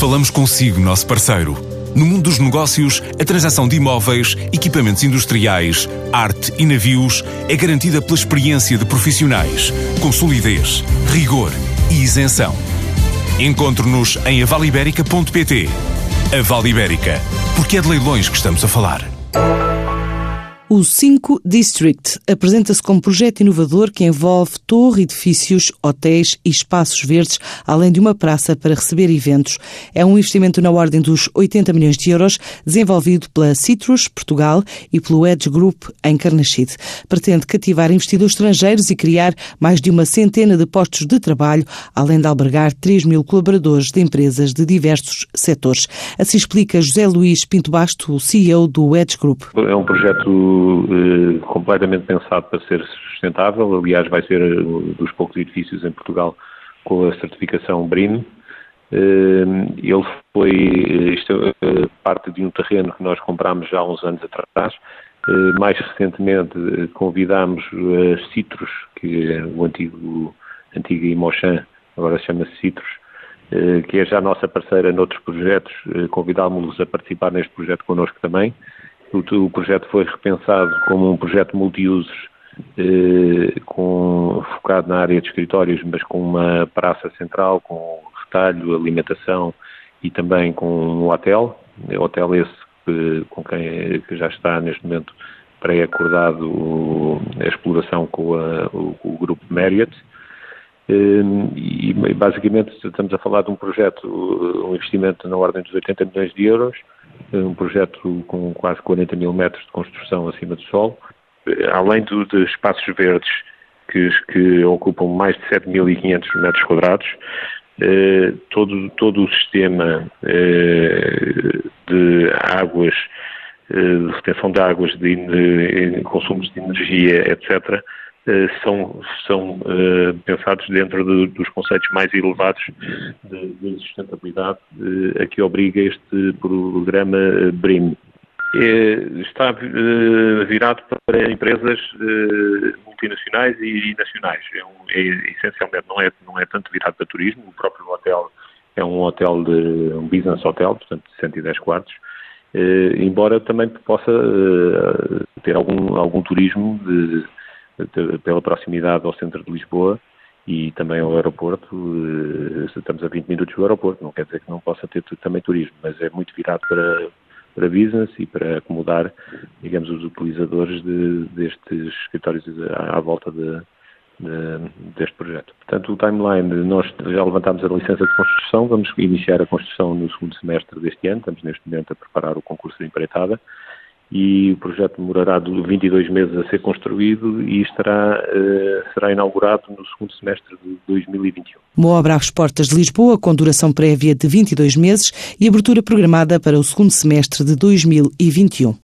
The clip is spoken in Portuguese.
Falamos consigo, nosso parceiro. No mundo dos negócios, a transação de imóveis, equipamentos industriais, arte e navios é garantida pela experiência de profissionais, com solidez, rigor e isenção. Encontre-nos em avaliberica.pt. A Vale Ibérica, porque é de leilões que estamos a falar. O 5 District apresenta-se como projeto inovador que envolve torre, edifícios, hotéis e espaços verdes, além de uma praça para receber eventos. É um investimento na ordem dos 80 milhões de euros, desenvolvido pela Citrus, Portugal, e pelo Edge Group, em Carnaxide. Pretende cativar investidores estrangeiros e criar mais de uma centena de postos de trabalho, além de albergar 3 mil colaboradores de empresas de diversos setores. Assim explica José Luís Pinto Basto, o CEO do Edge Group. É um projeto completamente pensado para ser sustentável. Aliás, vai ser dos poucos edifícios em Portugal com a certificação BREEAM. Ele isto é parte de um terreno que nós comprámos já há uns anos atrás. Mais recentemente convidámos a Citrus, que é o antigo Imochan, agora chama-se Citrus, que é já nossa parceira noutros projetos. Convidámos-los a participar neste projeto connosco também. O projeto foi repensado como um projeto multi-usos, focado na área de escritórios, mas com uma praça central, com retalho, alimentação e também com um hotel. Hotel esse que já está neste momento pré-acordado a exploração com o grupo Marriott. E basicamente estamos a falar de um projeto, um investimento na ordem dos 80 milhões de euros, um projeto com quase 40 mil metros de construção acima do solo, além de espaços verdes que ocupam mais de 7.500 metros quadrados. Todo o sistema de águas, de retenção de águas, de consumos de energia, etc., são pensados dentro dos conceitos mais elevados de sustentabilidade a que obriga este programa BREEAM. Está virado para empresas multinacionais e nacionais. Essencialmente não é tanto virado para turismo. O próprio hotel é um business hotel, portanto de 110 quartos, embora também possa ter algum turismo pela proximidade ao centro de Lisboa e também ao aeroporto. Estamos a 20 minutos do aeroporto, não quer dizer que não possa ter também turismo, mas é muito virado para business e para acomodar, digamos, os utilizadores destes escritórios à volta deste projeto. Portanto, o timeline, nós já levantámos a licença de construção, vamos iniciar a construção no segundo semestre deste ano, estamos neste momento a preparar o concurso de empreitada, e o projeto demorará 22 meses a ser construído e será inaugurado no segundo semestre de 2021. Uma obra às portas de Lisboa, com duração prévia de 22 meses e abertura programada para o segundo semestre de 2021.